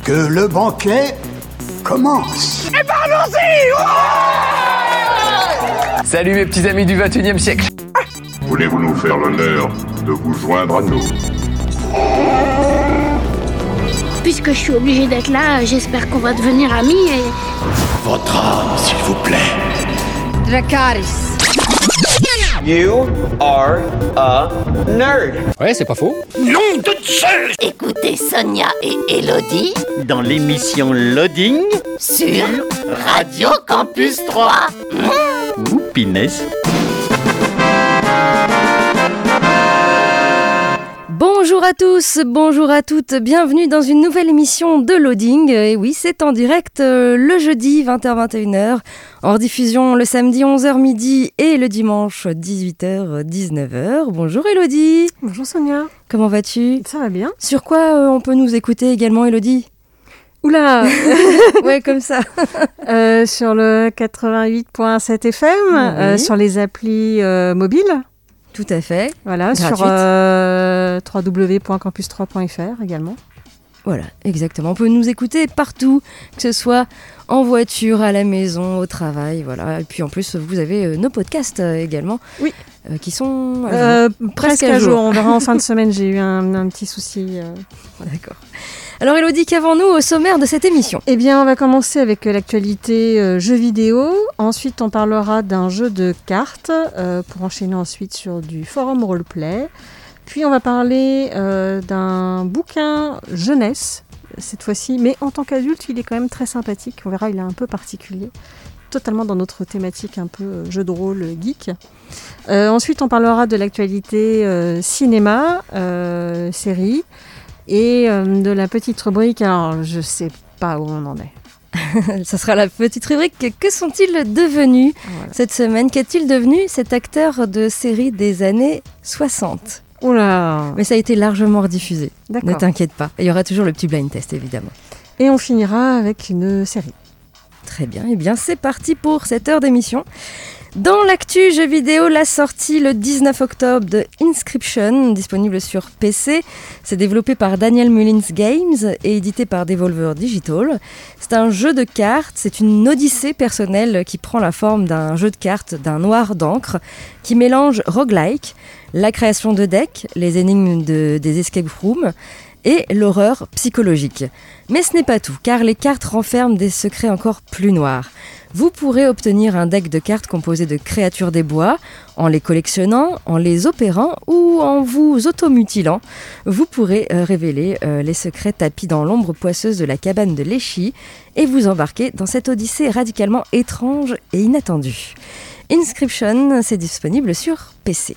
que le banquet commence. Et ben allons-y! Salut mes petits amis du 21e siècle. Voulez-vous nous faire l'honneur de vous joindre à nous? Puisque je suis obligée d'être là, j'espère qu'on va devenir amis et... Votre âme, s'il vous plaît. Dracarys. You are a nerd. Ouais, c'est pas faux. Nom de Zeus! Écoutez Sonia et Elodie Dans l'émission Loading. sur Radio Campus 3. Ouh, pinesse. Bonjour à tous, bonjour à toutes, bienvenue dans une nouvelle émission de Loading. Et oui, c'est en direct le jeudi 20h-21h, en rediffusion le samedi 11h midi et le dimanche 18h-19h. Bonjour Elodie. Bonjour Sonia. Comment vas-tu ? Ça va bien. Sur quoi on peut nous écouter également Elodie ? Oula. Ouais, comme ça. Sur le 88.7 FM, Oui. sur les applis mobiles. Tout à fait. Voilà, Gratuite. sur www.campus3.fr également. Voilà, exactement. On peut nous écouter partout, que ce soit en voiture, à la maison, au travail, voilà. Et puis en plus, vous avez nos podcasts également, Oui. Qui sont à jour. Presque à jour. On verra en fin de semaine. J'ai eu un petit souci. D'accord. Alors Elodie, qu'avons-nous au sommaire de cette émission ? Eh bien, on va commencer avec l'actualité jeux vidéo. Ensuite, on parlera d'un jeu de cartes pour enchaîner ensuite sur du forum roleplay. Puis, on va parler d'un bouquin jeunesse, cette fois-ci. Mais en tant qu'adulte, il est quand même très sympathique. On verra, il est un peu particulier. Totalement dans notre thématique un peu jeu de rôle geek. Ensuite, on parlera de l'actualité cinéma, série. Et de la petite rubrique, alors je sais pas où on en est. Ça sera la petite rubrique « Que sont-ils devenus Voilà. cette semaine ? Qu'est-il devenu cet acteur de série des années 60 ?» Oula. Mais ça a été largement rediffusé, ne D'accord. t'inquiète pas. Il y aura toujours le petit blind test, évidemment. Et on finira avec une série. Très bien, eh bien c'est parti pour cette heure d'émission. Dans l'actu jeux vidéo, la sortie le 19 octobre de Inscription, disponible sur PC. C'est développé par Daniel Mullins Games et édité par Devolver Digital. C'est un jeu de cartes, c'est une odyssée personnelle qui prend la forme d'un jeu de cartes d'un noir d'encre qui mélange roguelike, la création de decks, les énigmes des escape rooms et l'horreur psychologique. Mais ce n'est pas tout, car les cartes renferment des secrets encore plus noirs. Vous pourrez obtenir un deck de cartes composé de créatures des bois en les collectionnant, en les opérant ou en vous automutilant. Vous pourrez révéler les secrets tapis dans l'ombre poisseuse de la cabane de Léchi et vous embarquer dans cette odyssée radicalement étrange et inattendue. Inscription, c'est disponible sur PC.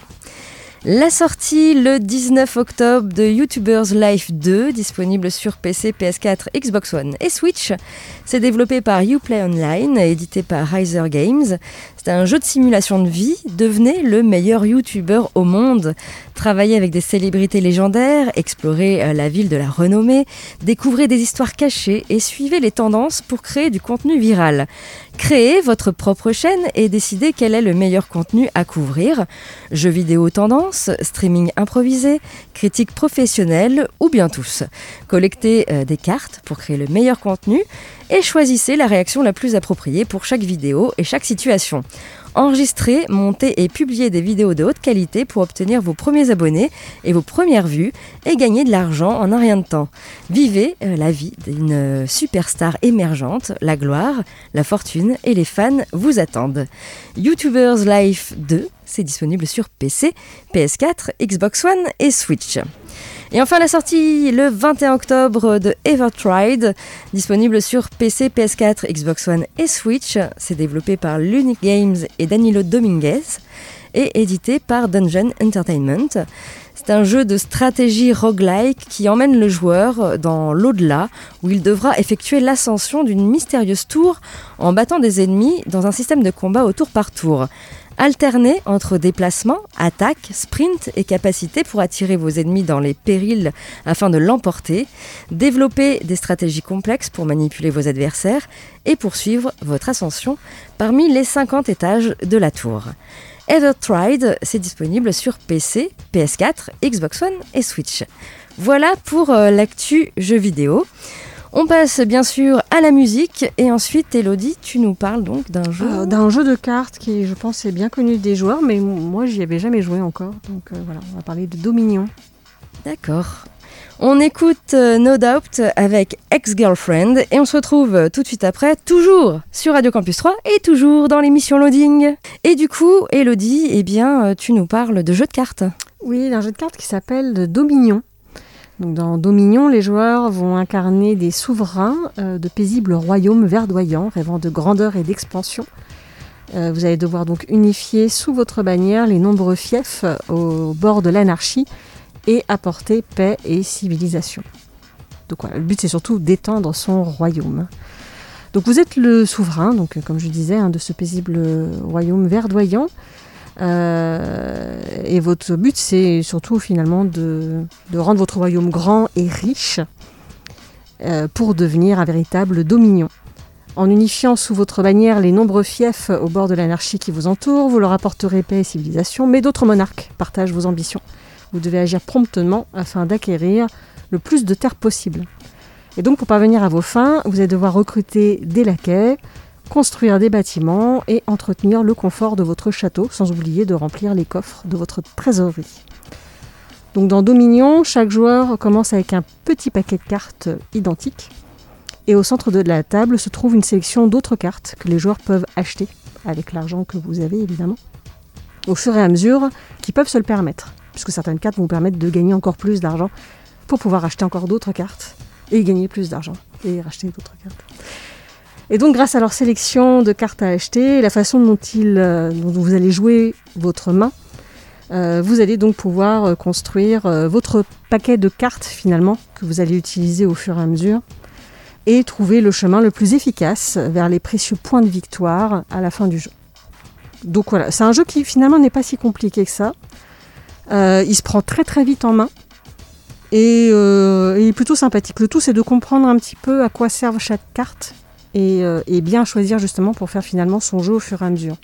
La sortie le 19 octobre de YouTubers Life 2, disponible sur PC, PS4, Xbox One et Switch. C'est développé par Uplay Online et édité par Riser Games. C'est un jeu de simulation de vie. Devenez le meilleur YouTuber au monde. Travaillez avec des célébrités légendaires, explorez la ville de la renommée, découvrez des histoires cachées et suivez les tendances pour créer du contenu viral. Créez votre propre chaîne et décidez quel est le meilleur contenu à couvrir. Jeux vidéo tendance, streaming improvisé, critique professionnelle ou bien tous. Collectez des cartes pour créer le meilleur contenu et choisissez la réaction la plus appropriée pour chaque vidéo et chaque situation. Enregistrez, montez et publiez des vidéos de haute qualité pour obtenir vos premiers abonnés et vos premières vues et gagner de l'argent en un rien de temps. Vivez la vie d'une superstar émergente, la gloire, la fortune et les fans vous attendent. YouTubers Life 2, c'est disponible sur PC, PS4, Xbox One et Switch. Et enfin la sortie le 21 octobre de Evertried, disponible sur PC, PS4, Xbox One et Switch. C'est développé par Lunic Games et Danilo Dominguez et édité par Dungeon Entertainment. C'est un jeu de stratégie roguelike qui emmène le joueur dans l'au-delà où il devra effectuer l'ascension d'une mystérieuse tour en battant des ennemis dans un système de combat au tour par tour. Alternez entre déplacement, attaque, sprint et capacité pour attirer vos ennemis dans les périls afin de l'emporter. Développez des stratégies complexes pour manipuler vos adversaires et poursuivre votre ascension parmi les 50 étages de la tour. Evertried, c'est disponible sur PC, PS4, Xbox One et Switch. Voilà pour l'actu jeux vidéo. On passe bien sûr à la musique et ensuite Elodie, tu nous parles donc d'un jeu. D'un jeu de cartes qui, je pense, est bien connu des joueurs, mais moi j'y avais jamais joué encore. Donc voilà, on va parler de Dominion. D'accord. On écoute No Doubt avec Ex-Girlfriend et on se retrouve tout de suite après, toujours sur Radio Campus 3 et toujours dans l'émission Loading. Et du coup, Elodie, eh bien, tu nous parles de jeu de cartes. Oui, d'un jeu de cartes qui s'appelle Dominion. Donc dans Dominion, les joueurs vont incarner des souverains de paisibles royaumes verdoyants, rêvant de grandeur et d'expansion. Vous allez devoir donc unifier sous votre bannière les nombreux fiefs au bord de l'anarchie et apporter paix et civilisation. Donc voilà, le but c'est surtout d'étendre son royaume. Donc vous êtes le souverain, donc comme je disais, de ce paisible royaume verdoyant. Et votre but c'est surtout finalement de rendre votre royaume grand et riche pour devenir un véritable dominion. En unifiant sous votre bannière les nombreux fiefs au bord de l'anarchie qui vous entoure, vous leur apporterez paix et civilisation, mais d'autres monarques partagent vos ambitions. Vous devez agir promptement afin d'acquérir le plus de terres possible. Et donc pour parvenir à vos fins, vous allez devoir recruter des laquais, construire des bâtiments et entretenir le confort de votre château, sans oublier de remplir les coffres de votre trésorerie. Donc dans Dominion, chaque joueur commence avec un petit paquet de cartes identiques. Et au centre de la table se trouve une sélection d'autres cartes que les joueurs peuvent acheter, avec l'argent que vous avez évidemment, au fur et à mesure qu'ils peuvent se le permettre. Puisque certaines cartes vont vous permettre de gagner encore plus d'argent pour pouvoir acheter encore d'autres cartes et gagner plus d'argent et racheter d'autres cartes. Et donc grâce à leur sélection de cartes à acheter, la façon dont vous allez jouer votre main, vous allez donc pouvoir construire votre paquet de cartes finalement que vous allez utiliser au fur et à mesure et trouver le chemin le plus efficace vers les précieux points de victoire à la fin du jeu. Donc voilà, c'est un jeu qui finalement n'est pas si compliqué que ça. Il se prend très très vite en main et il est plutôt sympathique. Le tout c'est de comprendre un petit peu à quoi servent chaque carte et bien choisir justement pour faire finalement son jeu au fur et à mesure.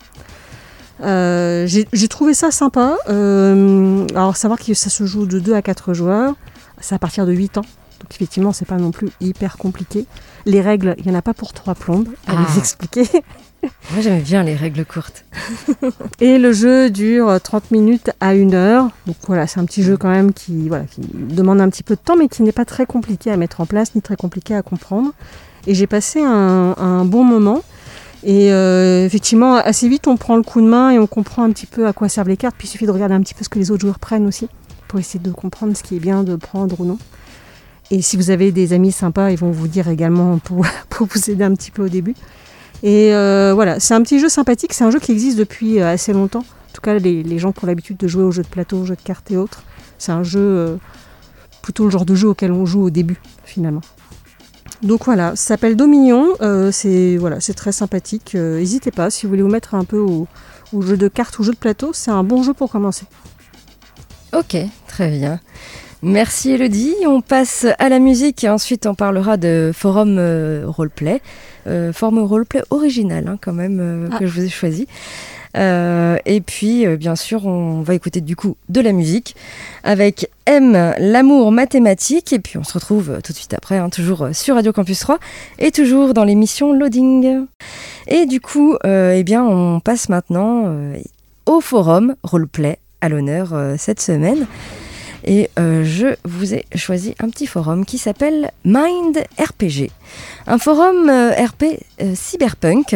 J'ai trouvé ça sympa. Alors savoir que ça se joue de 2 à 4 joueurs, c'est à partir de 8 ans. Donc effectivement c'est pas non plus hyper compliqué. Les règles, il n'y en a pas pour 3 plombes à les expliquer. Moi j'aimais bien les règles courtes. Et le jeu dure 30 minutes à 1 heure. Donc voilà, c'est un petit jeu quand même qui demande un petit peu de temps, mais qui n'est pas très compliqué à mettre en place, ni très compliqué à comprendre. Et j'ai passé un bon moment. Et effectivement, assez vite, on prend le coup de main et on comprend un petit peu à quoi servent les cartes. Puis il suffit de regarder un petit peu ce que les autres joueurs prennent aussi, pour essayer de comprendre ce qui est bien de prendre ou non. Et si vous avez des amis sympas, ils vont vous dire également pour vous aider un petit peu au début. Et voilà, c'est un petit jeu sympathique, c'est un jeu qui existe depuis assez longtemps. En tout cas, les gens qui ont l'habitude de jouer aux jeux de plateau, aux jeux de cartes et autres, c'est un jeu, plutôt le genre de jeu auquel on joue au début, finalement. Donc voilà, ça s'appelle Dominion, c'est très sympathique. N'hésitez pas, si vous voulez vous mettre un peu au jeu de cartes ou jeu de plateau, c'est un bon jeu pour commencer. Ok, très bien. Merci Elodie, on passe à la musique et ensuite on parlera de forum roleplay. Forum roleplay original quand même que je vous ai choisi. Et puis bien sûr on va écouter du coup de la musique avec M, l'amour mathématique et puis on se retrouve tout de suite après, toujours sur Radio Campus 3 et toujours dans l'émission Loading. Et du coup eh bien on passe maintenant au forum roleplay à l'honneur cette semaine. Et je vous ai choisi un petit forum qui s'appelle Mind RPG. Un forum RP cyberpunk.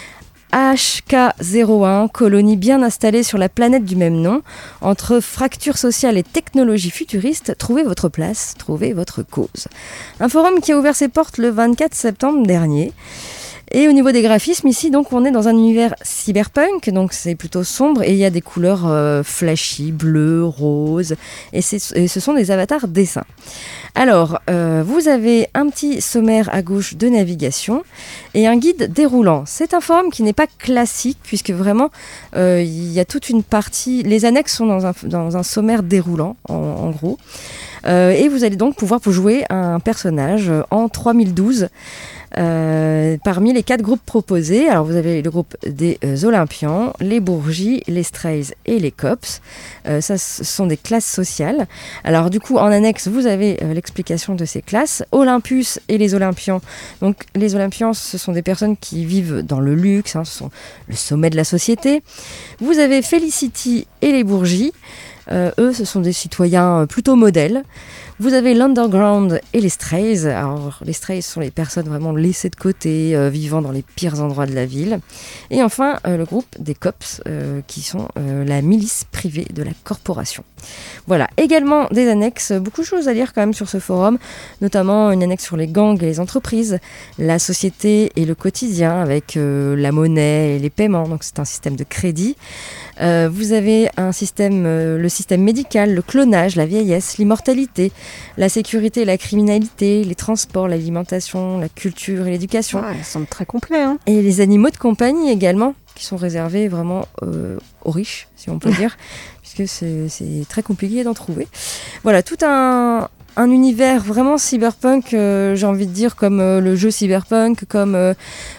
HK01, colonie bien installée sur la planète du même nom. Entre fracture sociale et technologie futuriste, trouvez votre place, trouvez votre cause. Un forum qui a ouvert ses portes le 24 septembre dernier. Et au niveau des graphismes, ici, donc, on est dans un univers cyberpunk, donc c'est plutôt sombre, et il y a des couleurs flashy, bleu, rose, et ce sont des avatars dessins. Alors, vous avez un petit sommaire à gauche de navigation, et un guide déroulant. C'est un forum qui n'est pas classique, puisque vraiment, il y a toute une partie, les annexes sont dans un sommaire déroulant, en gros. Et vous allez donc pouvoir jouer un personnage en 3012, Parmi les 4 groupes proposés, alors vous avez le groupe des Olympians, les Bourgies, les Strays et les Cops. Ça, ce sont des classes sociales. Alors du coup, en annexe, vous avez l'explication de ces classes. Olympus et les Olympians. Donc les Olympians, ce sont des personnes qui vivent dans le luxe, ce sont le sommet de la société. Vous avez Felicity et les Bourgies. Eux, ce sont des citoyens plutôt modèles. Vous avez l'Underground et les Strays. Alors, les Strays sont les personnes vraiment laissées de côté, vivant dans les pires endroits de la ville. Et enfin, le groupe des Cops, qui sont la milice privée de la corporation. Voilà, également des annexes, beaucoup de choses à lire quand même sur ce forum, notamment une annexe sur les gangs et les entreprises, la société et le quotidien avec la monnaie et les paiements, donc c'est un système de crédit. Vous avez un système, le système médical, le clonage, la vieillesse, l'immortalité, la sécurité et la criminalité, les transports, l'alimentation, la culture et l'éducation. Ils semblent très complets. Hein. Et les animaux de compagnie également, qui sont réservés vraiment aux riches, si on peut dire, puisque c'est très compliqué d'en trouver. Voilà, tout un univers vraiment cyberpunk, j'ai envie de dire, comme le jeu cyberpunk, comme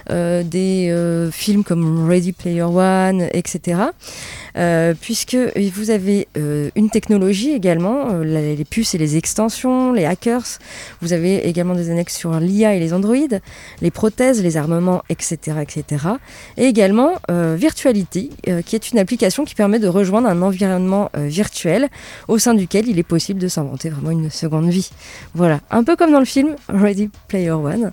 des films comme Ready Player One, etc. Puisque vous avez une technologie également, les puces et les extensions, les hackers. Vous avez également des annexes sur l'IA et les androïdes, les prothèses, les armements, etc. etc. Et également Virtuality, qui est une application qui permet de rejoindre un environnement virtuel au sein duquel il est possible de s'inventer vraiment une seconde vie. Voilà, un peu comme dans le film Ready Player One.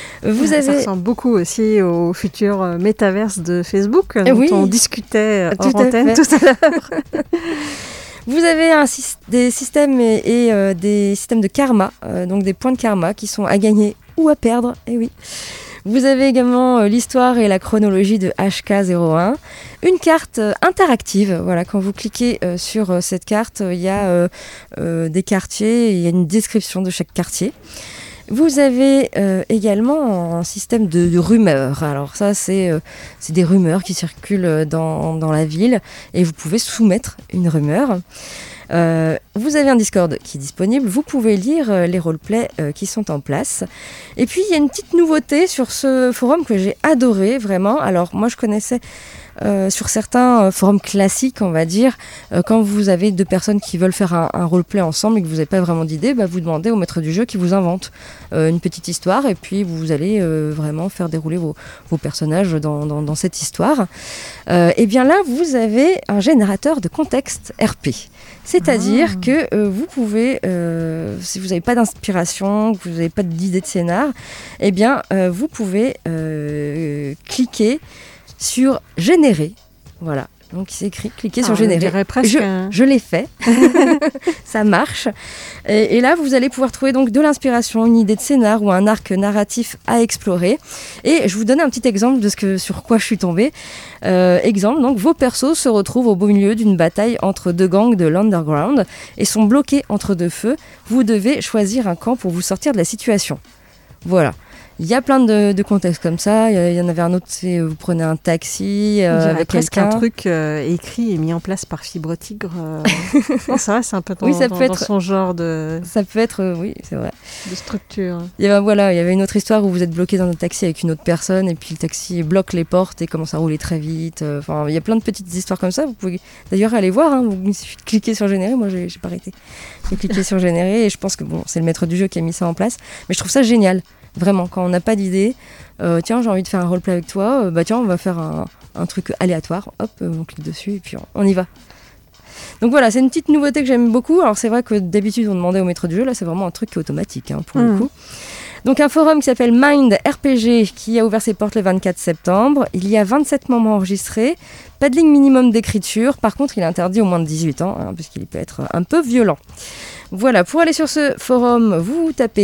Ça ressemble beaucoup aussi au futur métaverse de Facebook, dont on discutait hors antenne tout à l'heure. Vous avez des systèmes et des systèmes de karma, donc des points de karma qui sont à gagner ou à perdre, et oui. Vous avez également l'histoire et la chronologie de HK01, une carte interactive. Voilà, quand vous cliquez sur cette carte, il y a des quartiers, il y a une description de chaque quartier. Vous avez également un système de rumeurs. Alors ça, c'est des rumeurs qui circulent dans la ville et vous pouvez soumettre une rumeur. Vous avez un Discord qui est disponible, vous pouvez lire les roleplays qui sont en place. Et puis il y a une petite nouveauté sur ce forum que j'ai adoré vraiment. Alors moi je connaissais sur certains forums classiques, on va dire, quand vous avez 2 personnes qui veulent faire un roleplay ensemble et que vous n'avez pas vraiment d'idée, vous demandez au maître du jeu qui vous invente une petite histoire et puis vous allez vraiment faire dérouler vos personnages dans cette histoire. Et bien là, vous avez un générateur de contexte RP. C'est-à-dire que vous pouvez, si vous n'avez pas d'inspiration, que vous n'avez pas d'idée de scénar, eh bien, vous pouvez cliquer sur générer. Voilà. Donc il s'écrit, cliquez sur générer. On dirait presque je l'ai fait. Ça marche. Et là, vous allez pouvoir trouver donc de l'inspiration, une idée de scénar ou un arc narratif à explorer. Et je vous donne un petit exemple de sur quoi je suis tombée. Exemple, donc vos persos se retrouvent au beau milieu d'une bataille entre 2 gangs de l'Underground et sont bloqués entre 2 feux. Vous devez choisir un camp pour vous sortir de la situation. Voilà. Il y a plein de contextes comme ça. Il y en avait un autre, c'est vous prenez un taxi avec presque quelqu'un. un truc écrit et mis en place par Fibre Tigre. Non, c'est vrai, c'est un peu dans son genre de... Ça peut être, oui, c'est vrai. De structure. Il y avait une autre histoire où vous êtes bloqué dans un taxi avec une autre personne et puis le taxi bloque les portes et commence à rouler très vite. Enfin, il y a plein de petites histoires comme ça. Vous pouvez d'ailleurs aller voir. Hein, il suffit de cliquer sur générer. Moi, j'ai pas arrêté. J'ai cliqué sur générer et je pense que c'est le maître du jeu qui a mis ça en place. Mais je trouve ça génial. Vraiment, quand on n'a pas d'idée, tiens, j'ai envie de faire un roleplay avec toi, tiens, on va faire un truc aléatoire, hop, on clique dessus et puis on y va. Donc voilà, c'est une petite nouveauté que j'aime beaucoup. Alors c'est vrai que d'habitude on demandait au maître du jeu, là c'est vraiment un truc qui est automatique pour le coup. Donc un forum qui s'appelle Mind RPG qui a ouvert ses portes le 24 septembre. Il y a 27 membres enregistrés, pas de ligne minimum d'écriture, par contre il est interdit aux moins de 18 ans, puisqu'il peut être un peu violent. Voilà, pour aller sur ce forum, vous tapez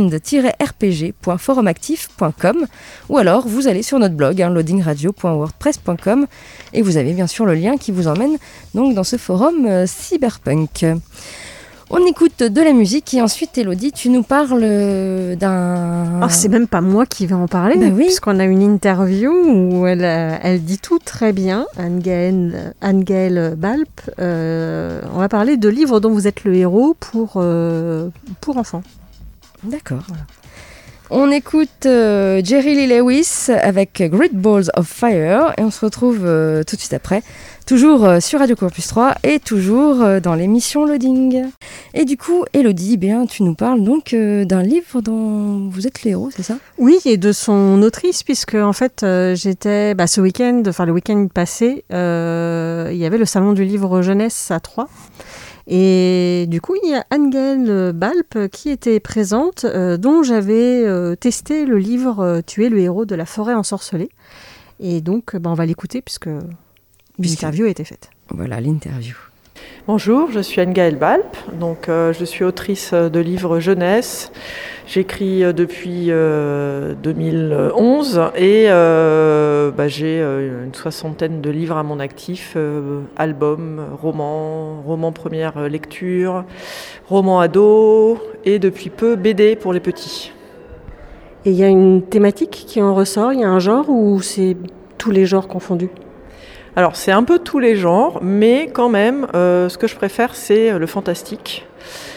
mind-rpg.forumactif.com ou alors vous allez sur notre blog, loadingradio.wordpress.com et vous avez bien sûr le lien qui vous emmène donc dans ce forum cyberpunk. On écoute de la musique et ensuite, Elodie, tu nous parles d'un... Oh, c'est même pas moi qui vais en parler, puisqu'on a une interview où elle dit tout très bien, Anne-Gaëlle Balp. On va parler de livres dont vous êtes le héros pour enfants. D'accord. Voilà. On écoute Jerry Lee Lewis avec Great Balls of Fire et on se retrouve tout de suite après, toujours sur Radio Campus 3 et toujours dans l'émission Loading. Et du coup, Élodie, tu nous parles donc d'un livre dont vous êtes le héros, c'est ça ? Oui, et de son autrice, puisque en fait, j'étais ce week-end, le week-end passé, il y avait le salon du livre jeunesse à Troyes. Et du coup, il y a Anne-Gaëlle Balp qui était présente, dont j'avais testé le livre « Tu es le héros de la forêt ensorcelée ». Et donc, on va l'écouter puisque l'interview a été faite. Voilà, l'interview. Bonjour, je suis Anne-Gaëlle Balp, donc je suis autrice de livres jeunesse. J'écris depuis 2011 et j'ai une 60aine de livres à mon actif, albums, romans première lecture, romans ados et depuis peu BD pour les petits. Et il y a une thématique qui en ressort, il y a un genre ou c'est tous les genres confondus ? Alors c'est un peu tous les genres, mais quand même, ce que je préfère c'est le fantastique.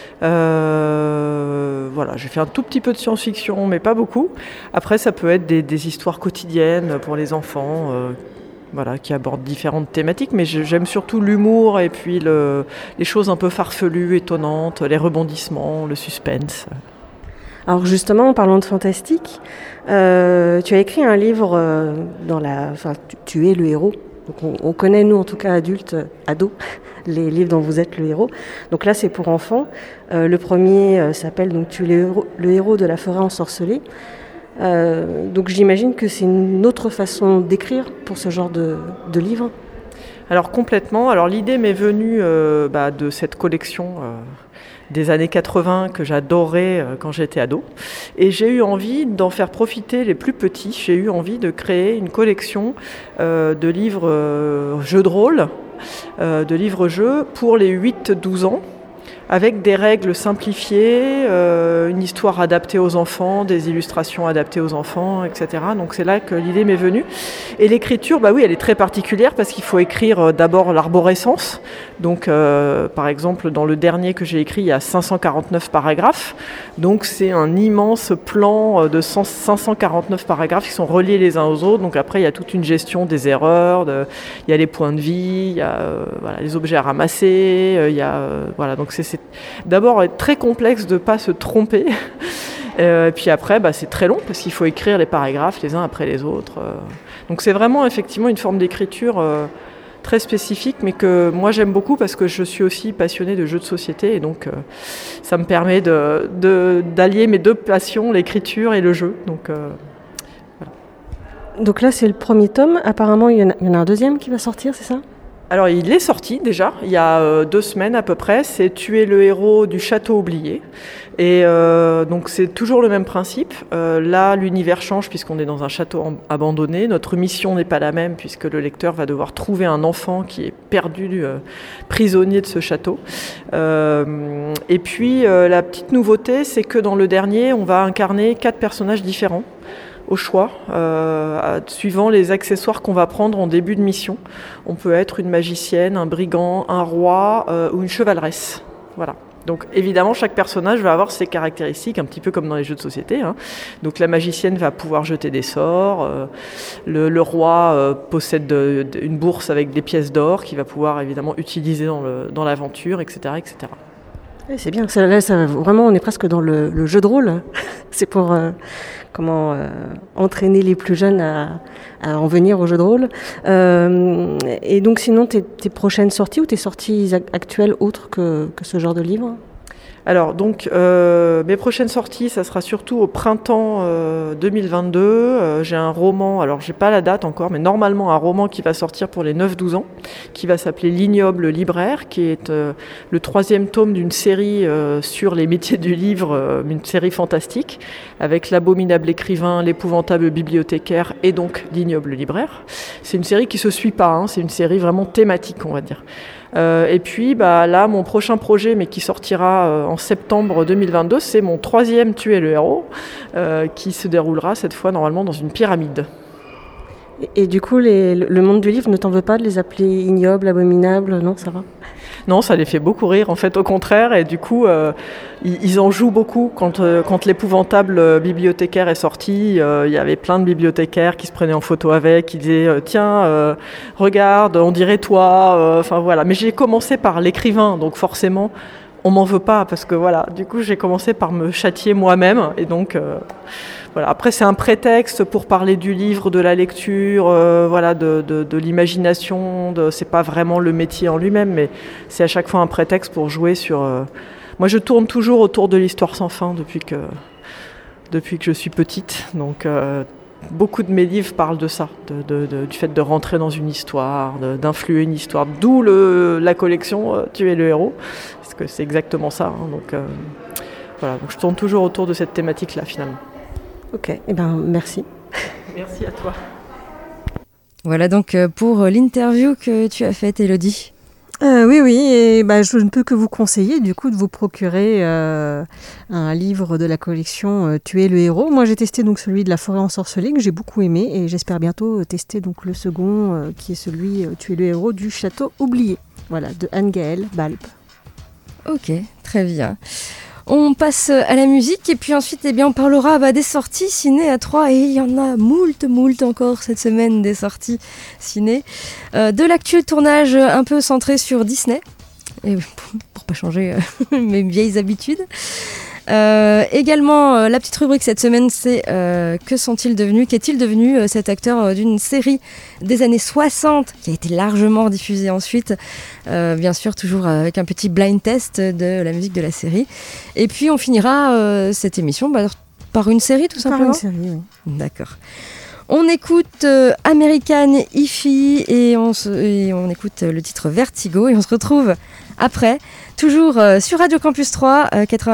J'ai fait un tout petit peu de science-fiction, mais pas beaucoup. Après, ça peut être des histoires quotidiennes pour les enfants, qui abordent différentes thématiques. Mais j'aime surtout l'humour et puis les choses un peu farfelues, étonnantes, les rebondissements, le suspense. Alors justement, en parlant de fantastique, tu as écrit un livre tu es le héros. Donc on connaît, nous en tout cas adultes, ados, les livres dont vous êtes le héros. Donc là, c'est pour enfants. Le premier s'appelle donc, Tu es le héros de la forêt ensorcelée. Donc j'imagine que c'est une autre façon d'écrire pour ce genre de livre. Alors complètement. Alors l'idée m'est venue de cette collection des années 80 que j'adorais quand j'étais ado. Et j'ai eu envie d'en faire profiter les plus petits. J'ai eu envie de créer une collection de livres jeux de rôle, de livres-jeux pour les 8-12 ans, avec des règles simplifiées, une histoire adaptée aux enfants, des illustrations adaptées aux enfants, etc. Donc c'est là que l'idée m'est venue. Et l'écriture, elle est très particulière parce qu'il faut écrire d'abord l'arborescence. Donc par exemple, dans le dernier que j'ai écrit, il y a 549 paragraphes. Donc c'est un immense plan de 549 paragraphes qui sont reliés les uns aux autres. Donc après, il y a toute une gestion des erreurs, il y a les points de vie, il y a les objets à ramasser, il y a donc c'est d'abord très complexe de ne pas se tromper. Et puis après, c'est très long parce qu'il faut écrire les paragraphes les uns après les autres. Donc c'est vraiment effectivement une forme d'écriture très spécifique, mais que moi j'aime beaucoup parce que je suis aussi passionnée de jeux de société et donc ça me permet d'allier mes deux passions, l'écriture et le jeu. Donc Donc là c'est le premier tome, apparemment il y en a un deuxième qui va sortir, c'est ça ? Alors il est sorti déjà, il y a 2 semaines à peu près, c'est Tu es le héros du château oublié. Et donc c'est toujours le même principe. Là l'univers change puisqu'on est dans un château abandonné. Notre mission n'est pas la même puisque le lecteur va devoir trouver un enfant qui est perdu, prisonnier de ce château. Et puis la petite nouveauté, c'est que dans le dernier, on va incarner 4 personnages différents au choix, suivant les accessoires qu'on va prendre en début de mission. On peut être une magicienne, un brigand, un roi ou une chevaleresse. Voilà. Donc évidemment, chaque personnage va avoir ses caractéristiques, un petit peu comme dans les jeux de société. Donc la magicienne va pouvoir jeter des sorts, le roi possède une bourse avec des pièces d'or qu'il va pouvoir évidemment utiliser dans l'aventure, etc., etc. C'est bien, là, vraiment on est presque dans le jeu de rôle. C'est pour entraîner les plus jeunes à en venir au jeu de rôle. Et donc sinon, tes prochaines sorties ou tes sorties actuelles autres que ce genre de livre ? Alors donc mes prochaines sorties, ça sera surtout au printemps 2022. J'ai un roman, alors j'ai pas la date encore, mais normalement un roman qui va sortir pour les 9-12 ans, qui va s'appeler L'ignoble libraire, qui est le 3e tome d'une série sur les métiers du livre, une série fantastique, avec l'abominable écrivain, l'épouvantable bibliothécaire et donc l'ignoble libraire. C'est une série qui se suit pas, c'est une série vraiment thématique, on va dire. Et puis là, mon prochain projet, mais qui sortira en septembre 2022, c'est mon 3e Tu es le héros, qui se déroulera cette fois normalement dans une pyramide. Et du coup, le monde du livre ne t'en veut pas de les appeler ignobles, abominables? Non, ça va? Non, ça les fait beaucoup rire, en fait, au contraire. Et du coup, ils en jouent beaucoup. Quand l'épouvantable bibliothécaire est sorti, il y avait plein de bibliothécaires qui se prenaient en photo avec, qui disaient tiens, regarde, on dirait toi. Enfin voilà. Mais j'ai commencé par l'écrivain, donc forcément, on m'en veut pas parce que voilà. Du coup, j'ai commencé par me châtier moi-même, et donc. Voilà. Après, c'est un prétexte pour parler du livre, de la lecture, voilà, de l'imagination. C'est pas vraiment le métier en lui-même, mais c'est à chaque fois un prétexte pour jouer sur. Moi, je tourne toujours autour de l'histoire sans fin depuis que je suis petite. Donc, beaucoup de mes livres parlent de ça, du fait de rentrer dans une histoire, d'influer une histoire. D'où la collection Tu es le héros, parce que c'est exactement ça. Hein. Donc, voilà. Donc, je tourne toujours autour de cette thématique-là, finalement. Ok, eh ben merci. Merci à toi. Voilà donc pour l'interview que tu as faite, Élodie. Oui, et je ne peux que vous conseiller du coup de vous procurer un livre de la collection Tu es le héros. Moi j'ai testé donc celui de la forêt ensorcelée que j'ai beaucoup aimé et j'espère bientôt tester donc le second qui est celui Tu es le héros du château oublié. Voilà, de Anne-Gaëlle Balb. Ok, très bien. On passe à la musique et puis ensuite on parlera des sorties ciné à 3 et il y en a moult encore cette semaine des sorties ciné. De l'actuel tournage un peu centré sur Disney, et pour pas changer mes vieilles habitudes. Également, la petite rubrique cette semaine, c'est que sont-ils devenus, qu'est-il devenu cet acteur d'une série des années 60 qui a été largement diffusée ensuite, bien sûr toujours avec un petit blind test de la musique de la série. Et puis on finira cette émission par une série tout simplement. Par une série, oui. D'accord. On écoute American Hi-Fi et on écoute le titre Vertigo et on se retrouve après, toujours sur Radio Campus 3,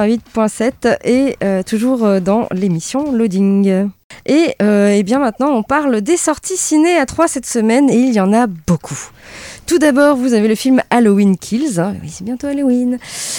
88.7 et toujours dans l'émission Loading. Et bien maintenant, on parle des sorties ciné à 3 cette semaine et il y en a beaucoup. Tout d'abord, vous avez le film Halloween Kills. Hein. Oui, c'est bientôt Halloween.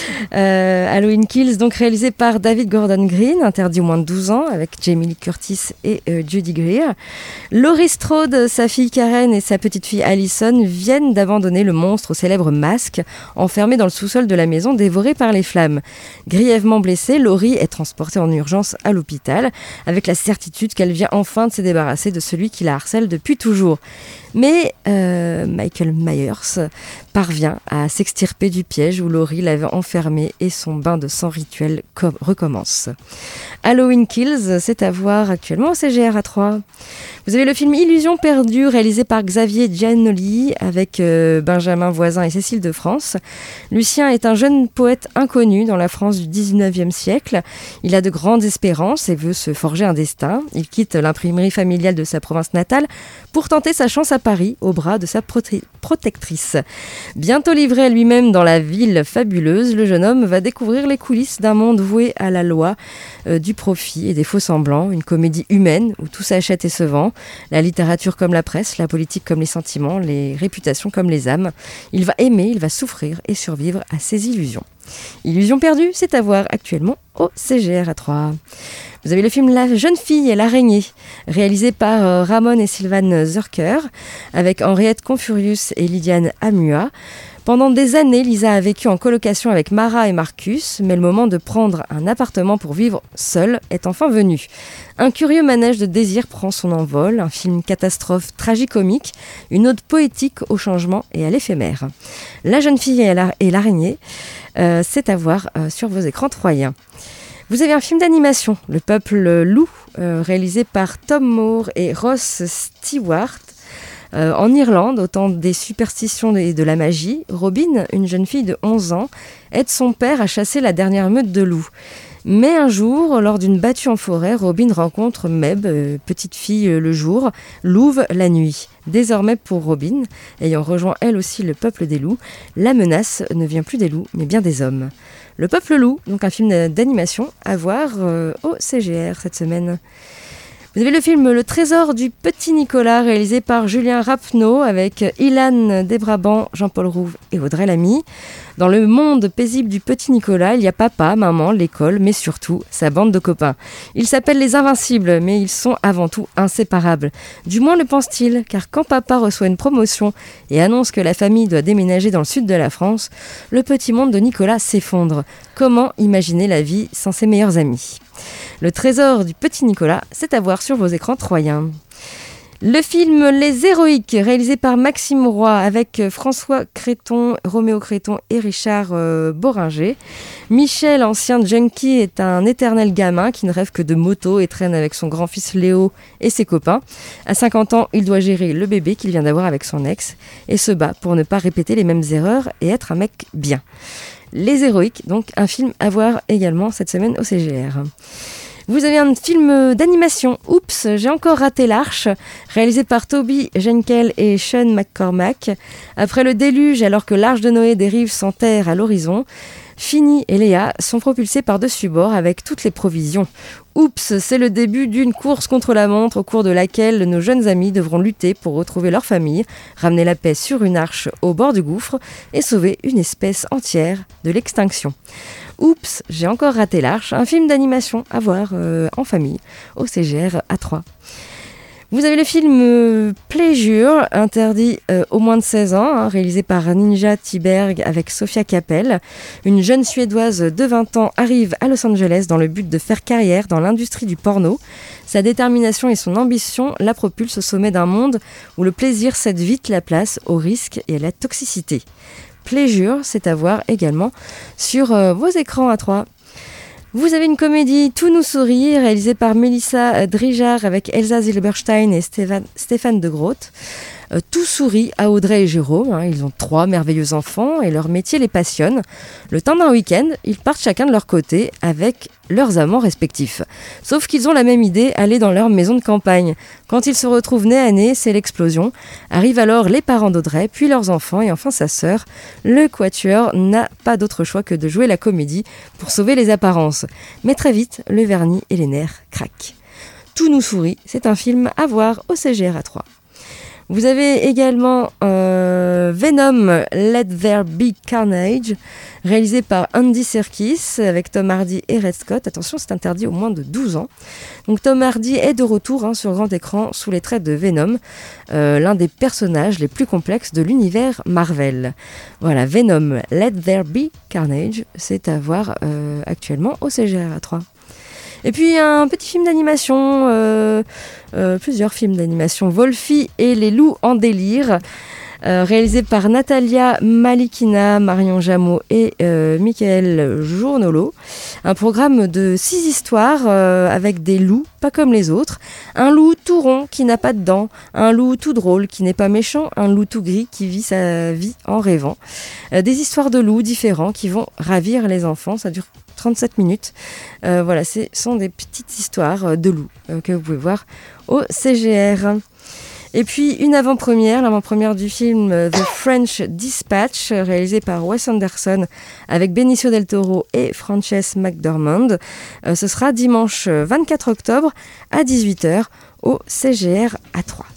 Halloween Kills, donc réalisé par David Gordon Green, interdit aux moins de 12 ans, avec Jamie Lee Curtis et Judy Greer. Laurie Strode, sa fille Karen et sa petite fille Allison viennent d'abandonner le monstre au célèbre masque, enfermé dans le sous-sol de la maison, dévoré par les flammes. Grièvement blessée, Laurie est transportée en urgence à l'hôpital, avec la certitude qu'elle vient enfin de se débarrasser de celui qui la harcèle depuis toujours. Mais Michael Myers parvient à s'extirper du piège où Laurie l'avait enfermée et son bain de sang rituel recommence. Halloween Kills, c'est à voir actuellement au CGR à 3. Vous avez le film Illusion perdue, réalisé par Xavier Giannoli avec Benjamin Voisin et Cécile de France. Lucien est un jeune poète inconnu dans la France du 19e siècle. Il a de grandes espérances et veut se forger un destin. Il quitte l'imprimerie familiale de sa province natale pour tenter sa chance à Paris, au bras de sa protectrice. Bientôt livré à lui-même dans la ville fabuleuse, le jeune homme va découvrir les coulisses d'un monde voué à la loi du profit et des faux-semblants, une comédie humaine où tout s'achète et se vend, la littérature comme la presse, la politique comme les sentiments, les réputations comme les âmes. Il va aimer, il va souffrir et survivre à ses illusions. Illusion perdue, c'est à voir actuellement au CGR à 3. Vous avez le film La jeune fille et l'araignée, réalisé par Ramon et Sylvain Zurker, avec Henriette Confurius et Lydiane Amua. Pendant des années, Lisa a vécu en colocation avec Mara et Marcus, mais le moment de prendre un appartement pour vivre seule est enfin venu. Un curieux manège de désir prend son envol, un film catastrophe tragicomique, une ode poétique au changement et à l'éphémère. La jeune fille et l'araignée, c'est à voir sur vos écrans troyens. Vous avez un film d'animation, Le Peuple Loup, réalisé par Tom Moore et Ross Stewart. En Irlande, au temps des superstitions et de la magie, Robin, une jeune fille de 11 ans, aide son père à chasser la dernière meute de loups. Mais un jour, lors d'une battue en forêt, Robin rencontre Meb, petite fille le jour, louve la nuit. Désormais pour Robin, ayant rejoint elle aussi le peuple des loups, la menace ne vient plus des loups, mais bien des hommes. Le Peuple Loup, donc un film d'animation à voir au CGR cette semaine. Vous avez le film Le Trésor du Petit Nicolas, réalisé par Julien Rapneau, avec Ilan Desbrabants, Jean-Paul Rouve et Audrey Lamy. Dans le monde paisible du Petit Nicolas, il y a papa, maman, l'école, mais surtout sa bande de copains. Ils s'appellent les Invincibles, mais ils sont avant tout inséparables. Du moins le pense-t-il, car quand papa reçoit une promotion et annonce que la famille doit déménager dans le sud de la France, le petit monde de Nicolas s'effondre. Comment imaginer la vie sans ses meilleurs amis ? Le Trésor du Petit Nicolas, c'est à voir sur vos écrans troyens. Le film Les Héroïques, réalisé par Maxime Roy, avec François Créton, Roméo Créton et Richard Boringer. Michel, ancien junkie, est un éternel gamin qui ne rêve que de moto et traîne avec son grand-fils Léo et ses copains. À 50 ans, il doit gérer le bébé qu'il vient d'avoir avec son ex et se bat pour ne pas répéter les mêmes erreurs et être un mec bien. Les Héroïques, donc un film à voir également cette semaine au CGR. Vous avez un film d'animation, Oups, j'ai encore raté l'arche, réalisé par Toby Jenkel et Sean McCormack. Après le déluge, alors que l'arche de Noé dérive sans terre à l'horizon, Finny et Léa sont propulsés par-dessus bord avec toutes les provisions. Oups, c'est le début d'une course contre la montre au cours de laquelle nos jeunes amis devront lutter pour retrouver leur famille, ramener la paix sur une arche au bord du gouffre et sauver une espèce entière de l'extinction. Oups, j'ai encore raté l'arche, un film d'animation à voir en famille au CGR à Troyes. Vous avez le film Pleasure, interdit aux moins de 16 ans, réalisé par Ninja Thyberg avec Sofia Kappel. Une jeune Suédoise de 20 ans arrive à Los Angeles dans le but de faire carrière dans l'industrie du porno. Sa détermination et son ambition la propulsent au sommet d'un monde où le plaisir cède vite la place au risque et à la toxicité. Pleasure, c'est à voir également sur vos écrans à Troyes. Vous avez une comédie Tout nous sourit, réalisée par Mélissa Drijard avec Elsa Zilberstein et Stéphane de Groot. Tout sourit à Audrey et Jérôme. Ils ont 3 merveilleux enfants et leur métier les passionne. Le temps d'un week-end, ils partent chacun de leur côté avec leurs amants respectifs. Sauf qu'ils ont la même idée, aller dans leur maison de campagne. Quand ils se retrouvent nez à nez, c'est l'explosion. Arrivent alors les parents d'Audrey, puis leurs enfants et enfin sa sœur. Le quatuor n'a pas d'autre choix que de jouer la comédie pour sauver les apparences. Mais très vite, le vernis et les nerfs craquent. Tout nous sourit, c'est un film à voir au CGR à Troyes. Vous avez également Venom, Let There Be Carnage, réalisé par Andy Serkis avec Tom Hardy et Red Scott. Attention, c'est interdit aux moins de 12 ans. Donc Tom Hardy est de retour sur grand écran sous les traits de Venom, l'un des personnages les plus complexes de l'univers Marvel. Voilà, Venom, Let There Be Carnage, c'est à voir actuellement au CGR à Troyes. Et puis un petit film d'animation, plusieurs films d'animation, Wolfie et les loups en délire, réalisé par Natalia Malikina, Marion Jameau et Michael Journolo. Un programme de 6 histoires avec des loups pas comme les autres. Un loup tout rond qui n'a pas de dents, un loup tout drôle qui n'est pas méchant, un loup tout gris qui vit sa vie en rêvant. Des histoires de loups différents qui vont ravir les enfants, ça dure 37 minutes. Voilà, ce sont des petites histoires de loups que vous pouvez voir au CGR. Et puis une l'avant-première du film The French Dispatch, réalisé par Wes Anderson avec Benicio del Toro et Frances McDormand. Ce sera dimanche 24 octobre à 18h au CGR à Troyes.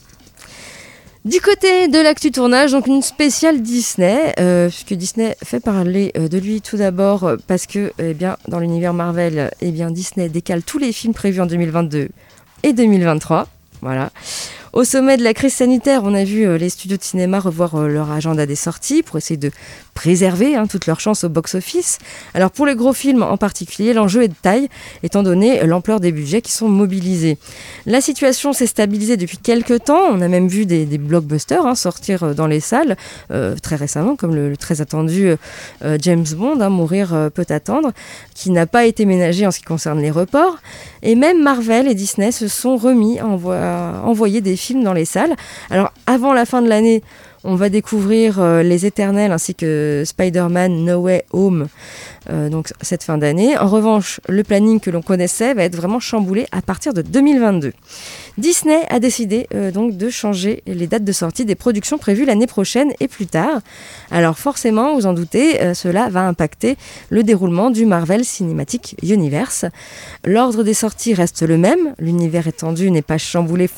Du côté de l'actu tournage, donc une spéciale Disney, puisque Disney fait parler de lui tout d'abord parce que dans l'univers Marvel, Disney décale tous les films prévus en 2022 et 2023. Voilà. Au sommet de la crise sanitaire, on a vu les studios de cinéma revoir leur agenda des sorties pour essayer de préserver toutes leurs chances au box-office. Alors pour les gros films en particulier, l'enjeu est de taille, étant donné l'ampleur des budgets qui sont mobilisés. La situation s'est stabilisée depuis quelques temps. On a même vu des blockbusters sortir dans les salles très récemment, comme le très attendu James Bond, Mourir peut attendre, qui n'a pas été ménagé en ce qui concerne les reports. Et même Marvel et Disney se sont remis à envoyer des films dans les salles. Alors avant la fin de l'année, on va découvrir Les Éternels ainsi que Spider-Man No Way Home donc cette fin d'année. En revanche, le planning que l'on connaissait va être vraiment chamboulé à partir de 2022. Disney a décidé donc de changer les dates de sortie des productions prévues l'année prochaine et plus tard. Alors forcément, vous en doutez, cela va impacter le déroulement du Marvel Cinematic Universe. L'ordre des sorties reste le même, l'univers étendu n'est pas chamboulé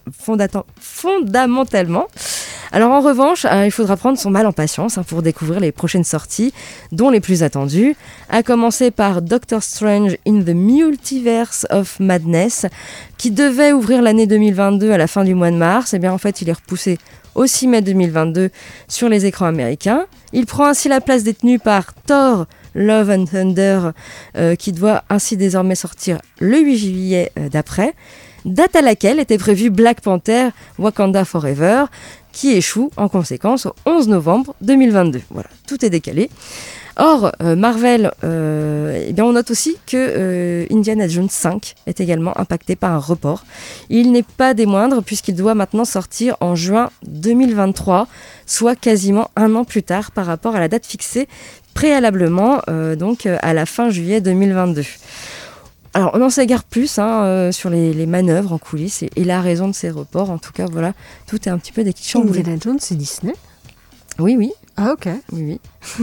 fondamentalement. Alors en revanche, il faudra prendre son mal en patience pour découvrir les prochaines sorties, dont les plus attendues, à commencer par Doctor Strange in the Multiverse of Madness, qui devait ouvrir l'année 2022 à la fin du mois de mars. Et bien en fait, il est repoussé au 6 mai 2022 sur les écrans américains. Il prend ainsi la place détenue par Thor Love and Thunder, qui doit ainsi désormais sortir le 8 juillet d'après, date à laquelle était prévu Black Panther Wakanda Forever, qui échoue en conséquence au 11 novembre 2022. Voilà, tout est décalé. Or, Marvel, on note aussi que Indiana Jones 5 est également impacté par un report. Il n'est pas des moindres puisqu'il doit maintenant sortir en juin 2023, soit quasiment un an plus tard par rapport à la date fixée préalablement, donc à la fin juillet 2022. Alors, on n'en sait guère plus sur les manœuvres en coulisses et la raison de ces reports. En tout cas, voilà, tout est un petit peu chamboulé. Indiana Jones, c'est Disney ? Oui. Ah, ok. Oui.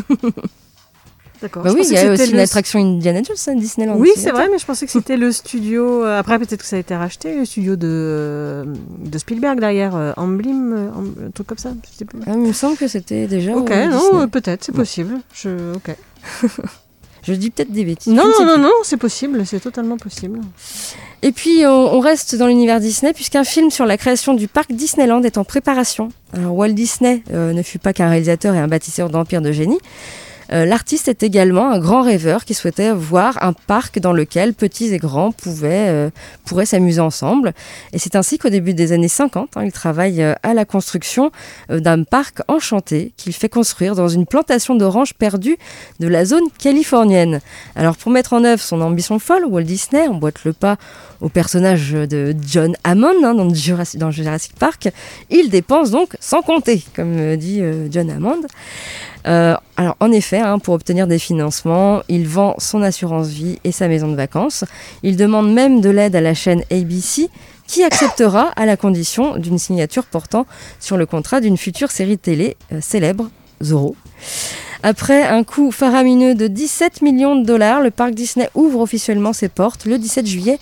D'accord. Il y a aussi une attraction Indiana Jones à Disneyland. Oui, c'est vrai, mais je pensais que c'était le studio. Après, peut-être que ça a été racheté, le studio de Spielberg derrière, Amblin, un truc comme ça. Je sais plus. Il me semble que c'était déjà. Ok, non, peut-être, c'est possible. Ok. Je dis peut-être des bêtises. Non, c'est possible, c'est totalement possible. Et puis, on reste dans l'univers Disney, puisqu'un film sur la création du parc Disneyland est en préparation. Alors, Walt Disney ne fut pas qu'un réalisateur et un bâtisseur d'empire de génie. L'artiste est également un grand rêveur qui souhaitait voir un parc dans lequel petits et grands pourraient s'amuser ensemble. Et c'est ainsi qu'au début des années 50, il travaille à la construction d'un parc enchanté qu'il fait construire dans une plantation d'oranges perdue de la zone californienne. Alors pour mettre en œuvre son ambition folle, Walt Disney emboîte le pas au personnage de John Hammond dans Jurassic Park. Il dépense donc sans compter, comme dit John Hammond. Alors en effet, pour obtenir des financements, il vend son assurance vie et sa maison de vacances. Il demande même de l'aide à la chaîne ABC, qui acceptera à la condition d'une signature portant sur le contrat d'une future série télé célèbre, Zorro. Après un coût faramineux de 17 millions de dollars, le parc Disney ouvre officiellement ses portes le 17 juillet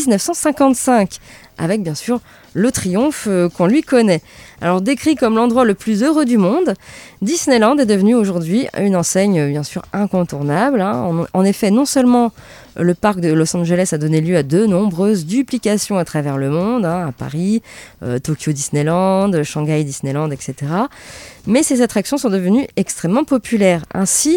1955, avec bien sûr le triomphe qu'on lui connaît. Alors décrit comme l'endroit le plus heureux du monde, Disneyland est devenu aujourd'hui une enseigne bien sûr incontournable. En effet, non seulement le parc de Los Angeles a donné lieu à de nombreuses duplications à travers le monde, à Paris, Tokyo Disneyland, Shanghai Disneyland, etc. Mais ces attractions sont devenues extrêmement populaires. Ainsi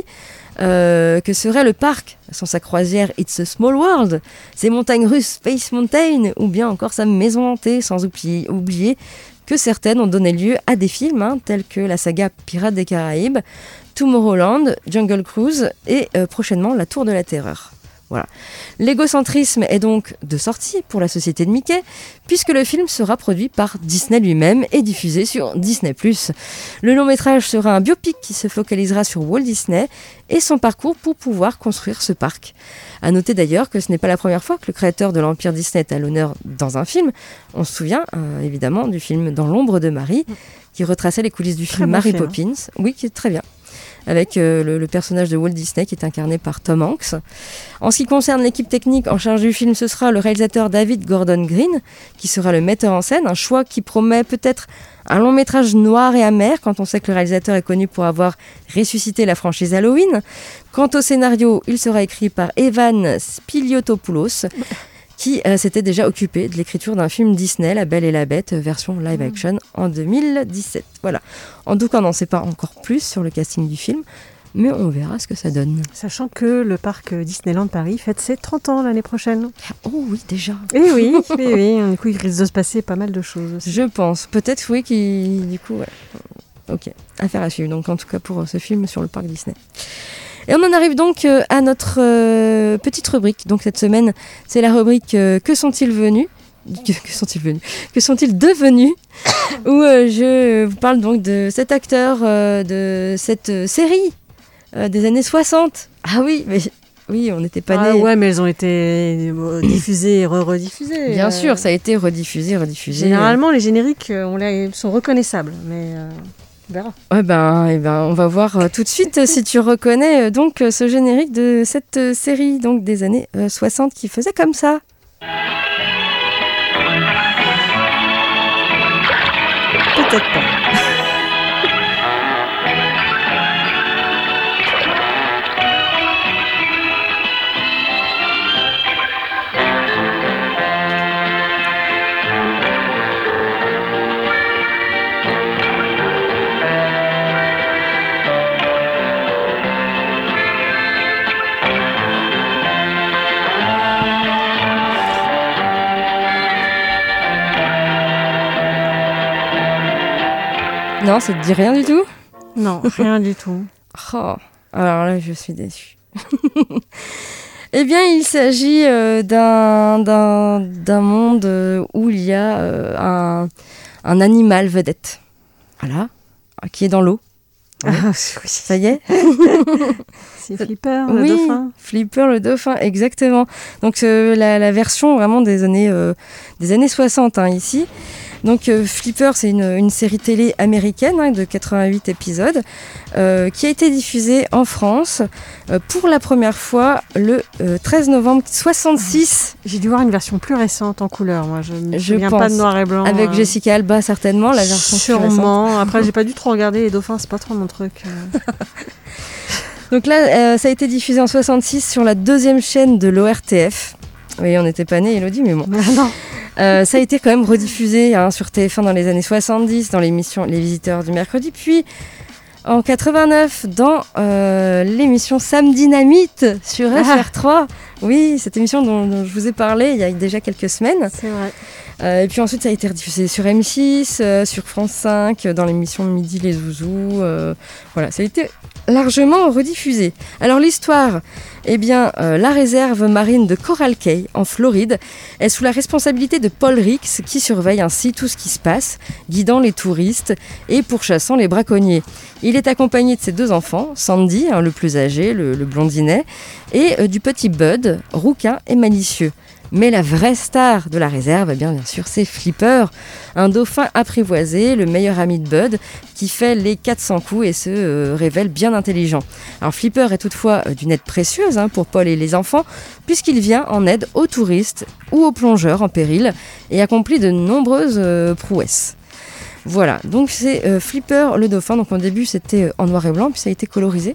que serait le parc sans sa croisière It's a Small World, ses montagnes russes Space Mountain, ou bien encore sa maison hantée, sans oublier que certaines ont donné lieu à des films tels que la saga Pirates des Caraïbes, Tomorrowland, Jungle Cruise et prochainement la Tour de la Terreur. Voilà. L'égocentrisme est donc de sortie pour la société de Mickey, puisque le film sera produit par Disney lui-même et diffusé sur Disney+. Le long métrage sera un biopic qui se focalisera sur Walt Disney et son parcours pour pouvoir construire ce parc. À noter d'ailleurs que ce n'est pas la première fois que le créateur de l'Empire Disney est à l'honneur dans un film. On se souvient évidemment du film Dans l'ombre de Marie, qui retraçait les coulisses du film Mary Poppins. Oui, qui est très bien. Avec le personnage de Walt Disney qui est incarné par Tom Hanks. En ce qui concerne l'équipe technique en charge du film, ce sera le réalisateur David Gordon Green qui sera le metteur en scène, un choix qui promet peut-être un long métrage noir et amer quand on sait que le réalisateur est connu pour avoir ressuscité la franchise Halloween. Quant au scénario, il sera écrit par Evan Spiliotopoulos qui s'était déjà occupé de l'écriture d'un film Disney, La Belle et la Bête, version live action en 2017. Voilà. En tout cas, on n'en sait pas encore plus sur le casting du film, mais on verra ce que ça donne. Sachant que le parc Disneyland Paris fête ses 30 ans l'année prochaine. Oh oui, déjà. Et oui. Du coup, il risque de se passer pas mal de choses aussi. Je pense. Peut-être, oui, du coup, ouais. Ok, affaire à suivre. Donc, en tout cas, pour ce film sur le parc Disney. Et on en arrive donc à notre petite rubrique. Donc cette semaine, c'est la rubrique Que sont-ils venus ? Que sont-ils devenus ? Où je vous parle donc de cet acteur, de cette série des années 60. Ah oui, mais oui, on n'était pas nés. Ouais, mais elles ont été diffusées et rediffusées. Bien sûr, ça a été rediffusé. Généralement, les génériques sont reconnaissables, mais on verra. Ouais, on va voir tout de suite si tu reconnais donc ce générique de cette série donc des années 60 qui faisait comme ça. Peut-être pas. Non, ça te dit rien du tout ? Non, rien du tout. Oh, alors là, je suis déçue. Eh bien, il s'agit d'un monde où il y a un animal vedette. Voilà, qui est dans l'eau. Ouais. Ah, oui. Ça y est. C'est Flipper, le dauphin. Flipper, le dauphin, exactement. Donc, la version vraiment des années 60, ici. Donc Flipper, c'est une série télé américaine de 88 épisodes qui a été diffusée en France pour la première fois le 13 novembre 66. J'ai dû voir une version plus récente en couleur, moi. Je me souviens pense, pas de noir et blanc. Avec Jessica Alba, certainement, la version sûrement. plus récente. Après, j'ai pas dû trop regarder les dauphins, c'est pas trop mon truc. Donc là, ça a été diffusé en 66 sur la 2e chaîne de l'ORTF. Oui, on n'était pas nés, Elodie, mais bon. Non. Ça a été quand même rediffusé sur TF1 dans les années 70, dans l'émission Les Visiteurs du mercredi, puis en 89 dans l'émission Sam Dynamite sur FR3. Oui, cette émission dont je vous ai parlé il y a déjà quelques semaines. C'est vrai. Et puis ensuite, ça a été rediffusé sur M6, sur France 5, dans l'émission Midi les Zouzous. Voilà, ça a été largement rediffusé. Alors l'histoire, la réserve marine de Coral Cay, en Floride, est sous la responsabilité de Paul Rix, qui surveille ainsi tout ce qui se passe, guidant les touristes et pourchassant les braconniers. Il est accompagné de ses 2 enfants, Sandy, le plus âgé, le blondinet, et du petit Bud, rouquin et malicieux. Mais la vraie star de la réserve, bien sûr, c'est Flipper, un dauphin apprivoisé, le meilleur ami de Bud, qui fait les 400 coups et se révèle bien intelligent. Alors Flipper est toutefois d'une aide précieuse pour Paul et les enfants, puisqu'il vient en aide aux touristes ou aux plongeurs en péril et accomplit de nombreuses prouesses. Voilà, donc c'est Flipper le dauphin. Donc au début c'était en noir et blanc, puis ça a été colorisé.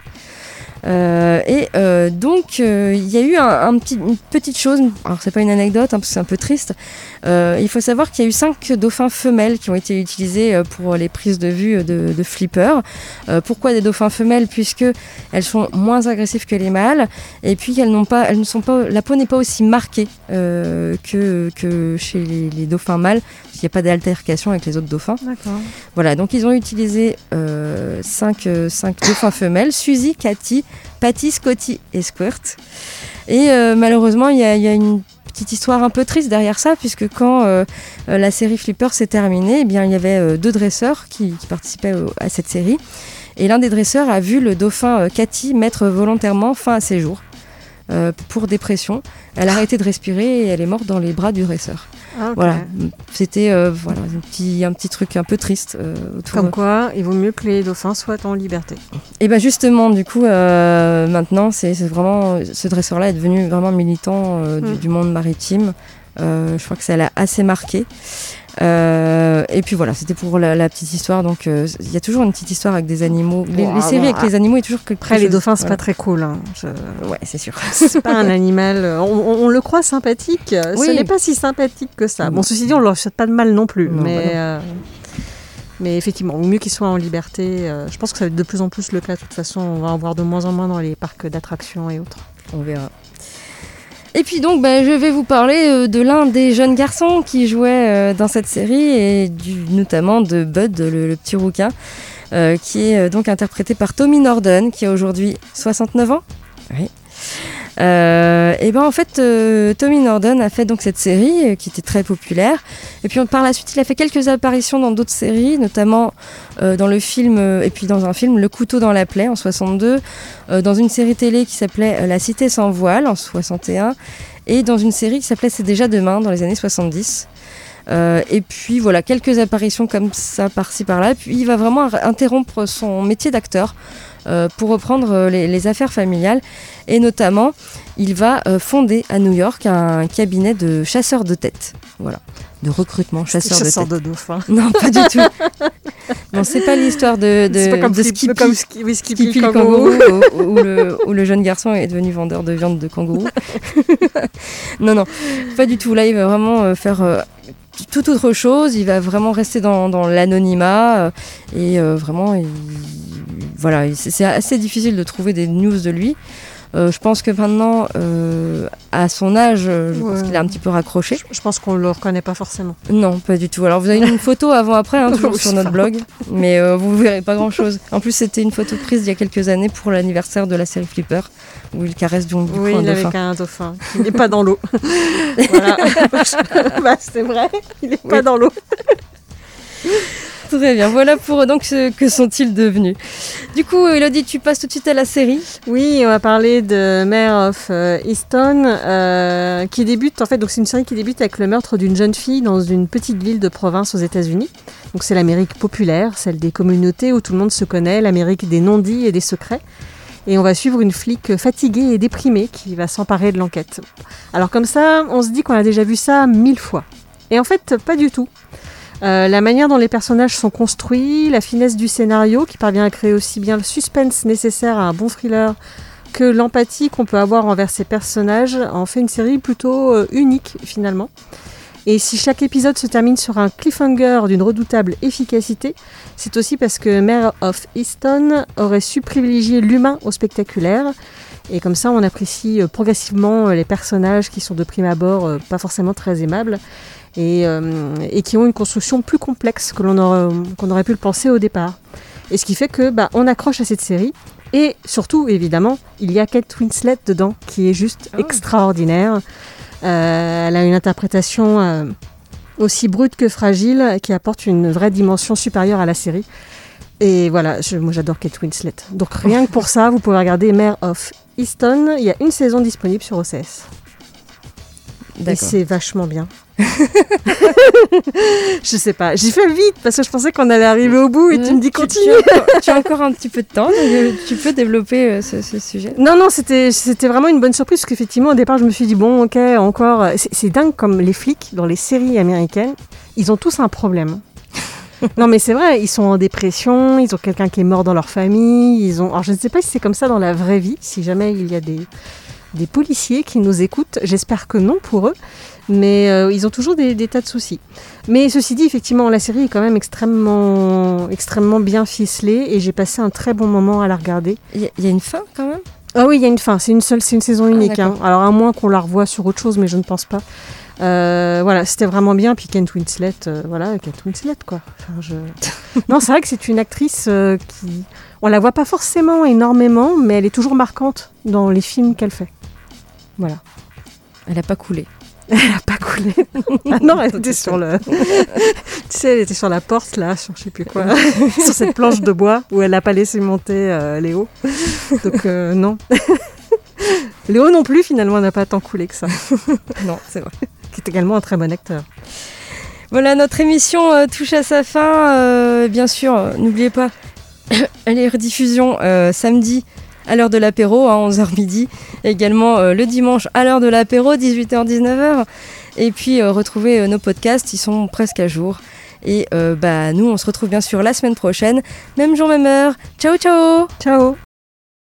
Donc il y a eu une petite chose, alors c'est pas une anecdote parce que c'est un peu triste, il faut savoir qu'il y a eu 5 dauphins femelles qui ont été utilisés pour les prises de vue de Flipper. Pourquoi des dauphins femelles? Puisque elles sont moins agressives que les mâles, et puis la peau n'est pas aussi marquée que chez les dauphins mâles. Il n'y a pas d'altercation avec les autres dauphins. D'accord. Voilà, donc ils ont utilisé 5 dauphins femelles, Suzy, Cathy, Patty, Scotty et Squirt. Et malheureusement, il y a une petite histoire un peu triste derrière ça, puisque quand la série Flipper s'est terminée, il y avait 2 dresseurs qui participaient à cette série. Et l'un des dresseurs a vu le dauphin Cathy mettre volontairement fin à ses jours pour dépression. Elle a arrêté de respirer et elle est morte dans les bras du dresseur. Ah, okay. Voilà, c'était un petit truc un peu triste. Comme quoi, il vaut mieux que les dauphins soient en liberté. Et bien justement, du coup, maintenant, c'est vraiment, ce dresseur-là est devenu vraiment militant du monde maritime. Je crois que ça l'a assez marqué. Et puis voilà, c'était pour la petite histoire. Donc il y a toujours une petite histoire avec des animaux. Les séries avec les animaux, il y a toujours quelque chose. Les dauphins, c'est pas très cool. Ouais, c'est sûr. C'est pas un animal. On le croit sympathique. Oui. Ce n'est pas si sympathique que ça. Bon, ceci dit, on leur souhaite pas de mal non plus. Non, mais effectivement, au mieux qu'ils soient en liberté. Je pense que ça va être de plus en plus le cas. De toute façon, on va en voir de moins en moins dans les parcs d'attractions et autres. On verra. Et puis donc, je vais vous parler de l'un des jeunes garçons qui jouait dans cette série, et notamment de Bud, le petit rouquin, qui est donc interprété par Tommy Norden, qui a aujourd'hui 69 ans. Oui. Et ben en fait, Tommy Norden a fait donc cette série qui était très populaire. Et puis par la suite, il a fait quelques apparitions dans d'autres séries, notamment dans le film et puis dans un film Le couteau dans la plaie en 62, dans une série télé qui s'appelait La cité sans voile en 61, et dans une série qui s'appelait C'est déjà demain dans les années 70. Et puis voilà, quelques apparitions comme ça par-ci par-là. Puis il va vraiment interrompre son métier d'acteur pour reprendre les affaires familiales. Et notamment, il va fonder à New York un cabinet de chasseurs de tête. Voilà, de recrutement, chasseurs de dauphins. Non, pas du tout. Non, c'est pas l'histoire de Skippy le kangourou où le jeune garçon est devenu vendeur de viande de kangourou. Non, pas du tout. Là, il va vraiment faire toute autre chose. Il va vraiment rester dans l'anonymat et vraiment, voilà, c'est assez difficile de trouver des news de lui. Je pense que maintenant, à son âge, je pense qu'il a un petit peu raccroché. Je pense qu'on ne le reconnaît pas forcément. Non, pas du tout. Alors vous avez une photo avant-après, toujours sur notre blog, mais vous ne verrez pas grand-chose. En plus, c'était une photo prise il y a quelques années pour l'anniversaire de la série Flipper, où il caresse du coup un dauphin. Avec un dauphin. Il n'est pas dans l'eau. Voilà. C'est vrai, il n'est pas dans l'eau. Très bien, voilà pour donc que sont-ils devenus. Du coup, Elodie, tu passes tout de suite à la série. Oui, on va parler de Mare of Easton, qui débute, en fait, donc c'est une série qui débute avec le meurtre d'une jeune fille dans une petite ville de province aux États-Unis. Donc c'est l'Amérique populaire, celle des communautés où tout le monde se connaît, l'Amérique des non-dits et des secrets. Et on va suivre une flic fatiguée et déprimée qui va s'emparer de l'enquête. Alors comme ça, on se dit qu'on a déjà vu ça 1000 fois. Et en fait, pas du tout. La manière dont les personnages sont construits, la finesse du scénario qui parvient à créer aussi bien le suspense nécessaire à un bon thriller que l'empathie qu'on peut avoir envers ces personnages en fait une série plutôt unique finalement. Et si chaque épisode se termine sur un cliffhanger d'une redoutable efficacité, c'est aussi parce que Mare of Easton aurait su privilégier l'humain au spectaculaire. Et comme ça, on apprécie progressivement les personnages qui sont de prime abord pas forcément très aimables. Et qui ont une construction plus complexe qu'on aurait pu le penser au départ. Et ce qui fait que on accroche à cette série. Et surtout, évidemment, il y a Kate Winslet dedans, qui est juste extraordinaire. Elle a une interprétation aussi brute que fragile, qui apporte une vraie dimension supérieure à la série. Et voilà, moi j'adore Kate Winslet. Donc rien que pour ça, vous pouvez regarder Mare of Easton. Il y a une saison disponible sur OCS. D'accord. Et c'est vachement bien. Je sais pas, j'ai fait vite parce que je pensais qu'on allait arriver au bout et tu me dis continue. Tu as encore un petit peu de temps, donc tu peux développer ce sujet. Non, c'était vraiment une bonne surprise parce qu'effectivement au départ je me suis dit bon ok encore, c'est dingue comme les flics dans les séries américaines, ils ont tous un problème. Non mais c'est vrai, ils sont en dépression, ils ont quelqu'un qui est mort dans leur famille, alors je ne sais pas si c'est comme ça dans la vraie vie, si jamais il y a des policiers qui nous écoutent, j'espère que non pour eux, mais ils ont toujours des tas de soucis. Mais ceci dit, effectivement, la série est quand même extrêmement bien ficelée et j'ai passé un très bon moment à la regarder. Il y a une fin quand même ? Ah oui, il y a une fin, c'est une saison unique. Alors à moins qu'on la revoie sur autre chose, mais je ne pense pas. Voilà, c'était vraiment bien. Puis Kate Winslet, Kate Winslet quoi. Enfin, non, c'est vrai que c'est une actrice qui... On la voit pas forcément énormément, mais elle est toujours marquante dans les films qu'elle fait. Voilà. Elle a pas coulé. Elle a pas coulé. Ah non, elle était sur le... tu sais, elle était sur la porte, là, sur je sais plus quoi, sur cette planche de bois où elle n'a pas laissé monter Léo. Donc, non. Léo non plus, finalement, n'a pas tant coulé que ça. Non, c'est vrai. Qui est également un très bon acteur. Voilà, notre émission touche à sa fin. Bien sûr, n'oubliez pas, les rediffusions samedi à l'heure de l'apéro, à 11h midi. Également le dimanche à l'heure de l'apéro, 18h-19h. Et puis retrouvez nos podcasts, ils sont presque à jour. Et nous, on se retrouve bien sûr la semaine prochaine. Même jour, même heure. Ciao, ciao. Ciao.